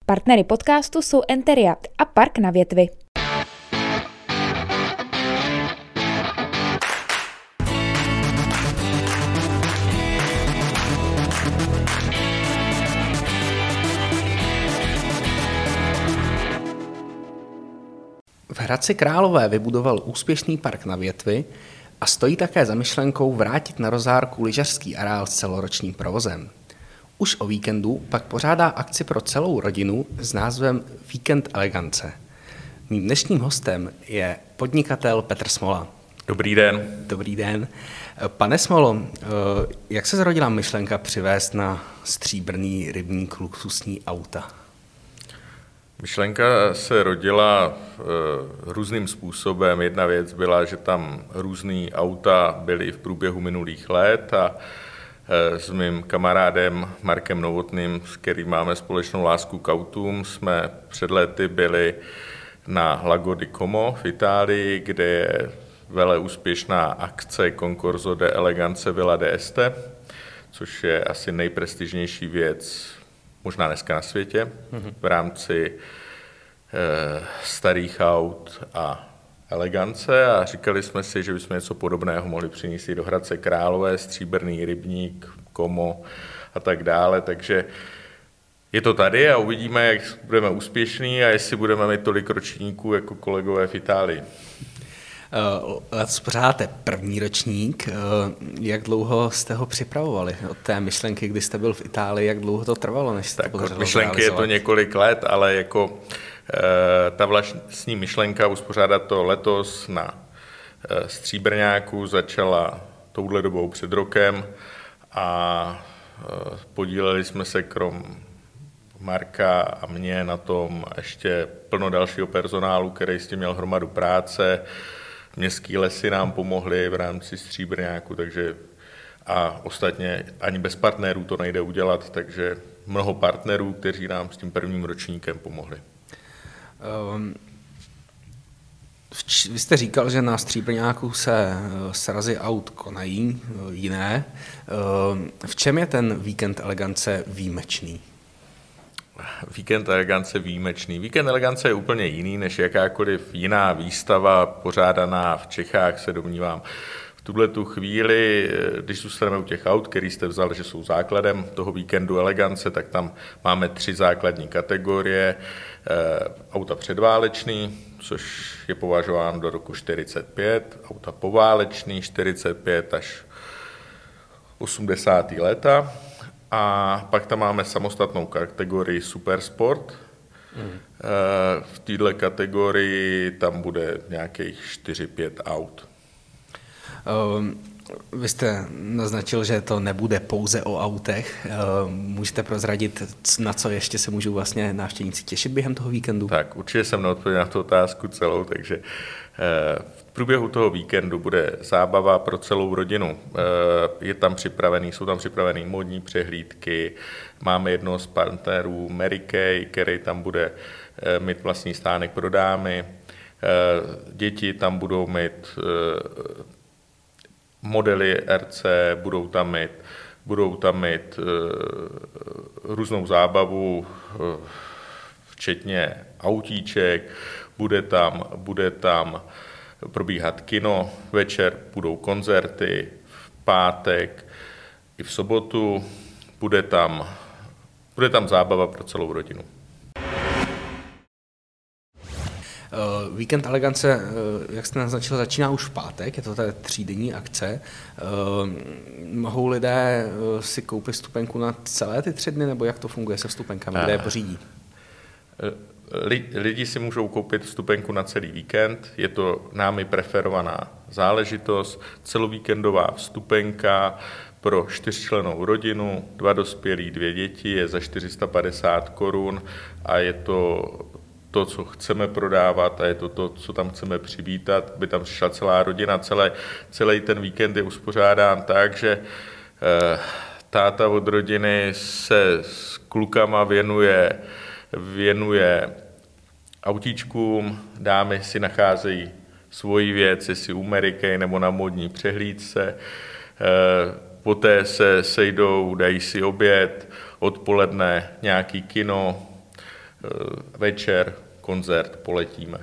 Partnery podcastu jsou Enteria a Park na Větvi. V Hradci Králové vybudoval úspěšný park na Větvi a stojí také za myšlenkou vrátit na Rozárku lyžařský areál s celoročním provozem. Už o víkendu pak pořádá akci pro celou rodinu s názvem Víkend elegance. Mým dnešním hostem je podnikatel Petr Smola. Dobrý den. Dobrý den. Pane Smolo, jak se zrodila myšlenka přivést na Stříbrný rybník luxusní auta? Myšlenka se rodila různým způsobem. Jedna věc byla, že tam různý auta byly v průběhu minulých let a s mým kamarádem Markem Novotným, s kterým máme společnou lásku k autům, jsme před lety byli na Lago di Como v Itálii, kde je vele úspěšná akce Concorso de Elegance Villa d'Este, což je asi nejprestižnější věc možná dneska na světě, v rámci starých aut a elegance, a říkali jsme si, že bychom něco podobného mohli přinést i do Hradce Králové, Stříbrný rybník, Como a tak dále, takže je to tady a uvidíme, jak budeme úspěšní a jestli budeme mít tolik ročníků jako kolegové v Itálii. Pořádáte první ročník. Jak dlouho jste ho připravovali? Od té myšlenky, kdy jste byl v Itálii, jak dlouho to trvalo, než jste to podařilo myšlenky je to několik let, ale jako ta vlastní myšlenka uspořádat to letos na Stříbrňáku začala touhle dobou před rokem a podíleli jsme se krom Marka a mě na tom ještě plno dalšího personálu, který s tím měl hromadu práce. Městský lesy nám pomohly v rámci Stříbrňáku, takže a ostatně ani bez partnerů to nejde udělat, takže mnoho partnerů, kteří nám s tím prvním ročníkem pomohli. Vy jste říkal, že na Stříbrňáku se srazy aut konají jiné. V čem je ten Víkend elegance výjimečný? Víkend elegance výjimečný. Víkend elegance je úplně jiný než jakákoliv jiná výstava pořádaná v Čechách, se domnívám. V tuhletu chvíli, když zůstaneme u těch aut, který jste vzal, že jsou základem toho víkendu elegance, tak tam máme 3 základní kategorie. Auta předválečný, což je považováno do roku 45, auta poválečný 45 až 80. léta. A pak tam máme samostatnou kategorii Supersport. V této kategorii tam bude nějakých 4-5 aut. Vy jste naznačil, že to nebude pouze o autech. Můžete prozradit, na co ještě se můžou vlastně návštěvníci těšit během toho víkendu? Tak, určitě jsem neodpověděl na tu otázku celou, takže v průběhu toho víkendu bude zábava pro celou rodinu. Jsou tam připravený módní přehlídky, máme jednoho z partnerů Mary Kay, který tam bude mít vlastní stánek pro dámy. Děti tam budou mít modely RC, budou tam mít různou zábavu, včetně autíček, bude tam probíhat kino, večer budou koncerty, v pátek i v sobotu, bude tam zábava pro celou rodinu. Víkend elegance, jak jste naznačil, začíná už v pátek, je to tady 3denní akce. Mohou lidé si koupit vstupenku na celé ty 3 dny, nebo jak to funguje se vstupenkami, kde je pořídí? Lidi si můžou koupit vstupenku na celý víkend, je to námi preferovaná záležitost, celovíkendová vstupenka pro 4člennou rodinu, 2 dospělí, 2 děti je za 450 korun a je to, co chceme prodávat a je to, co tam chceme přivítat, by tam přišla celá rodina, celý ten víkend je uspořádán tak, že táta od rodiny se s klukama věnuje autíčkům, dámy si nacházejí svoji věc, jestli u Mary Kay nebo na módní přehlídce, poté se sejdou, dají si oběd, odpoledne nějaký kino, večer, koncert, poletíme.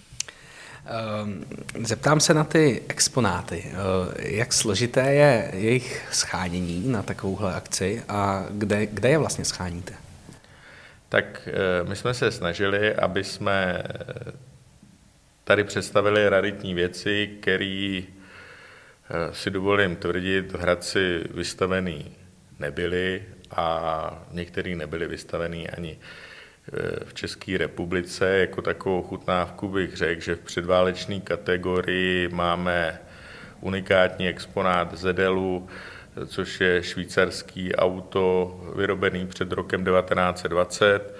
Zeptám se na ty exponáty. Jak složité je jejich shánění na takovouhle akci a kde je vlastně scháníte? Tak my jsme se snažili, aby jsme tady představili raritní věci, které si dovolím tvrdit, v Hradci vystavený nebyly a některý nebyly vystavený ani v České republice. Jako takovou chutnávku bych řekl, že v předválečné kategorii máme unikátní exponát Zedelu, což je švýcarský auto vyrobený před rokem 1920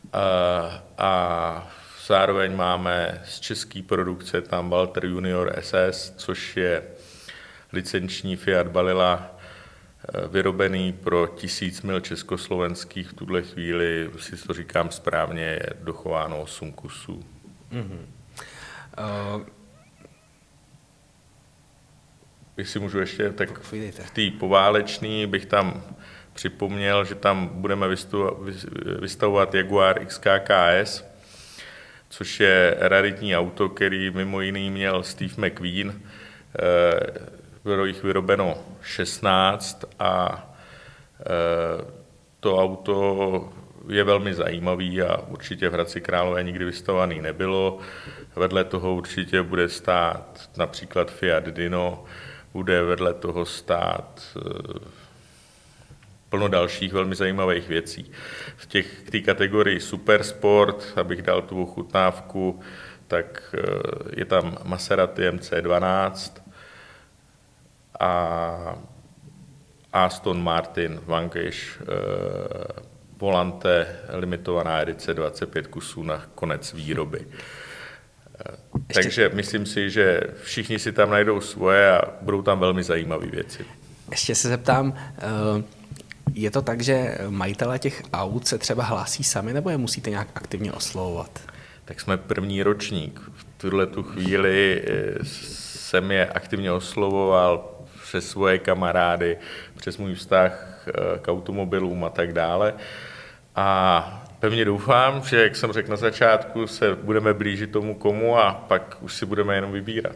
a zároveň máme z české produkce tam Walter Junior SS, což je licenční Fiat Balilla vyrobený pro 1000 mil československých. V tuhle chvíli, si to říkám správně, je dochováno 8 kusů. Jestli můžu ještě, tak v té poválečný bych tam připomněl, že tam budeme vystavovat Jaguar XK KS, což je raritní auto, který mimo jiný měl Steve McQueen. Bylo jich vyrobeno 16 a to auto je velmi zajímavý a určitě v Hradci Králové nikdy vystavovaný nebylo. Vedle toho určitě bude stát například Fiat Dino, bude vedle toho stát plno dalších velmi zajímavých věcí. V té kategorii Supersport, abych dal tu chutnávku, tak je tam Maserati MC12 a Aston Martin Vanquish Volante, limitovaná edice 25 kusů na konec výroby. Takže myslím si, že všichni si tam najdou svoje a budou tam velmi zajímavé věci. Ještě se zeptám, je to tak, že majitelé těch aut se třeba hlásí sami, nebo je musíte nějak aktivně oslovovat? Tak jsme první ročník. V tuhletu chvíli jsem je aktivně oslovoval přes svoje kamarády, přes můj vztah k automobilům a tak dále. A pevně doufám, že, jak jsem řekl na začátku, se budeme blížit tomu komu a pak už si budeme jenom vybírat.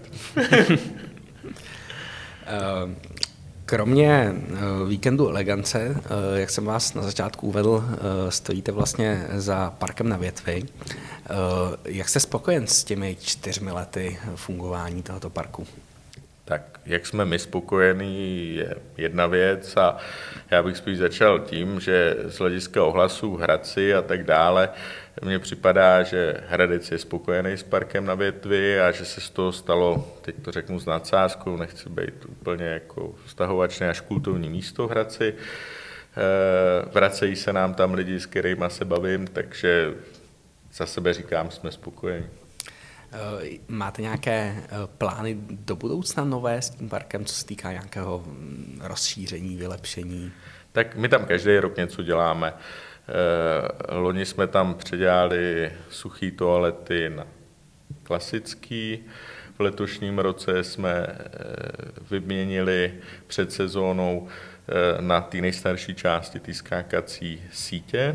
Kromě víkendu elegance, jak jsem vás na začátku uvedl, stojíte vlastně za Parkem na Větvi. Jak jste spokojen s těmi 4 lety fungování tohoto parku? Tak jak jsme my spokojení, je jedna věc a já bych spíš začal tím, že z hlediska ohlasů v Hradci a tak dále, mně připadá, že Hradec je spokojený s Parkem na Větvi a že se z toho stalo, teď to řeknu s nadsázkou, nechci být úplně jako vztahovačné až kultovní místo v Hradci. Vracejí se nám tam lidi, s kterými se bavím, takže za sebe říkám, jsme spokojení. Máte nějaké plány do budoucna nové s tím parkem, co se týká nějakého rozšíření, vylepšení? Tak my tam každý rok něco děláme. Loni jsme tam předělali suchý toalety na klasický. V letošním roce jsme vyměnili před sezónou na té nejstarší části té skákací sítě.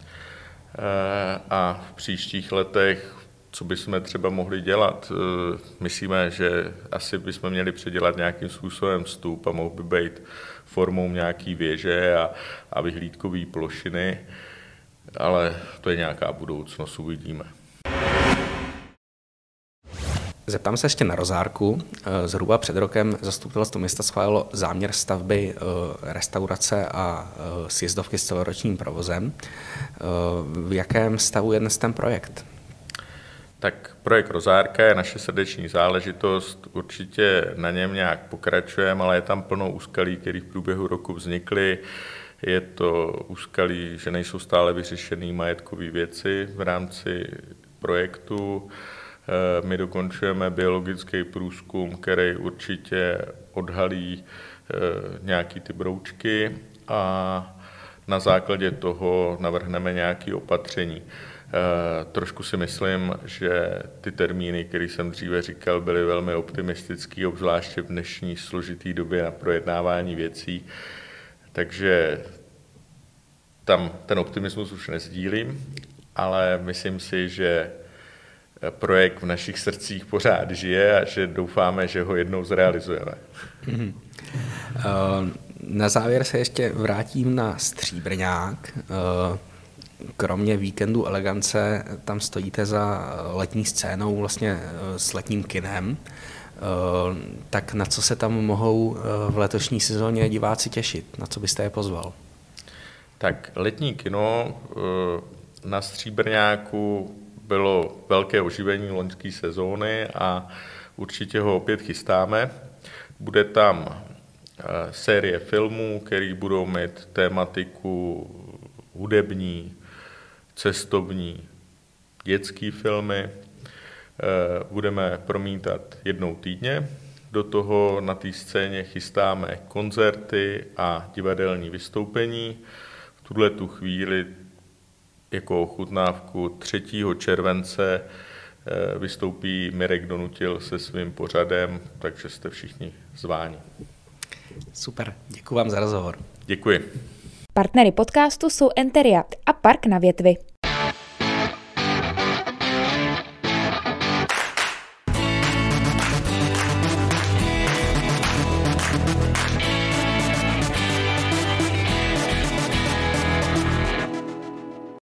A v příštích letech, co bychom třeba mohli dělat? Myslíme, že asi bychom měli předělat nějakým způsobem vstup a mohl by být formou nějaký věže a vyhlídkové plošiny, ale to je nějaká budoucnost, uvidíme. Zeptám se ještě na rozárku. Zhruba před rokem zastupitelstvo města schválilo záměr stavby restaurace a sjezdovky s celoročním provozem. V jakém stavu je dnes ten projekt? Tak projekt Rozárka je naše srdeční záležitost, určitě na něm nějak pokračujeme, ale je tam plno úskalí, které v průběhu roku vznikly. Je to úskalí, že nejsou stále vyřešené majetkové věci v rámci projektu. My dokončujeme biologický průzkum, který určitě odhalí nějaký ty broučky a na základě toho navrhneme nějaké opatření. Trošku si myslím, že ty termíny, které jsem dříve říkal, byly velmi optimistický, obzvláště v dnešní složitý době na projednávání věcí. Takže tam ten optimismus už nesdílím, ale myslím si, že projekt v našich srdcích pořád žije a že doufáme, že ho jednou zrealizujeme. Na závěr se ještě vrátím na Stříbrňák. Kromě Víkendu elegance tam stojíte za letní scénou, vlastně s letním kinem. Tak na co se tam mohou v letošní sezóně diváci těšit? Na co byste je pozval? Tak letní kino na Stříbrňáku bylo velké oživení loňské sezóny a určitě ho opět chystáme. Bude tam série filmů, které budou mít tématiku hudební, cestovní, dětský filmy. Budeme promítat jednou týdně. Do toho na té scéně chystáme koncerty a divadelní vystoupení. V tuhletu chvíli jako ochutnávku 3. července vystoupí Mirek Donutil se svým pořadem, takže jste všichni zváni. Super, děkuji vám za rozhovor. Děkuji. Partnery podcastu jsou Enteria a Park na Větvi.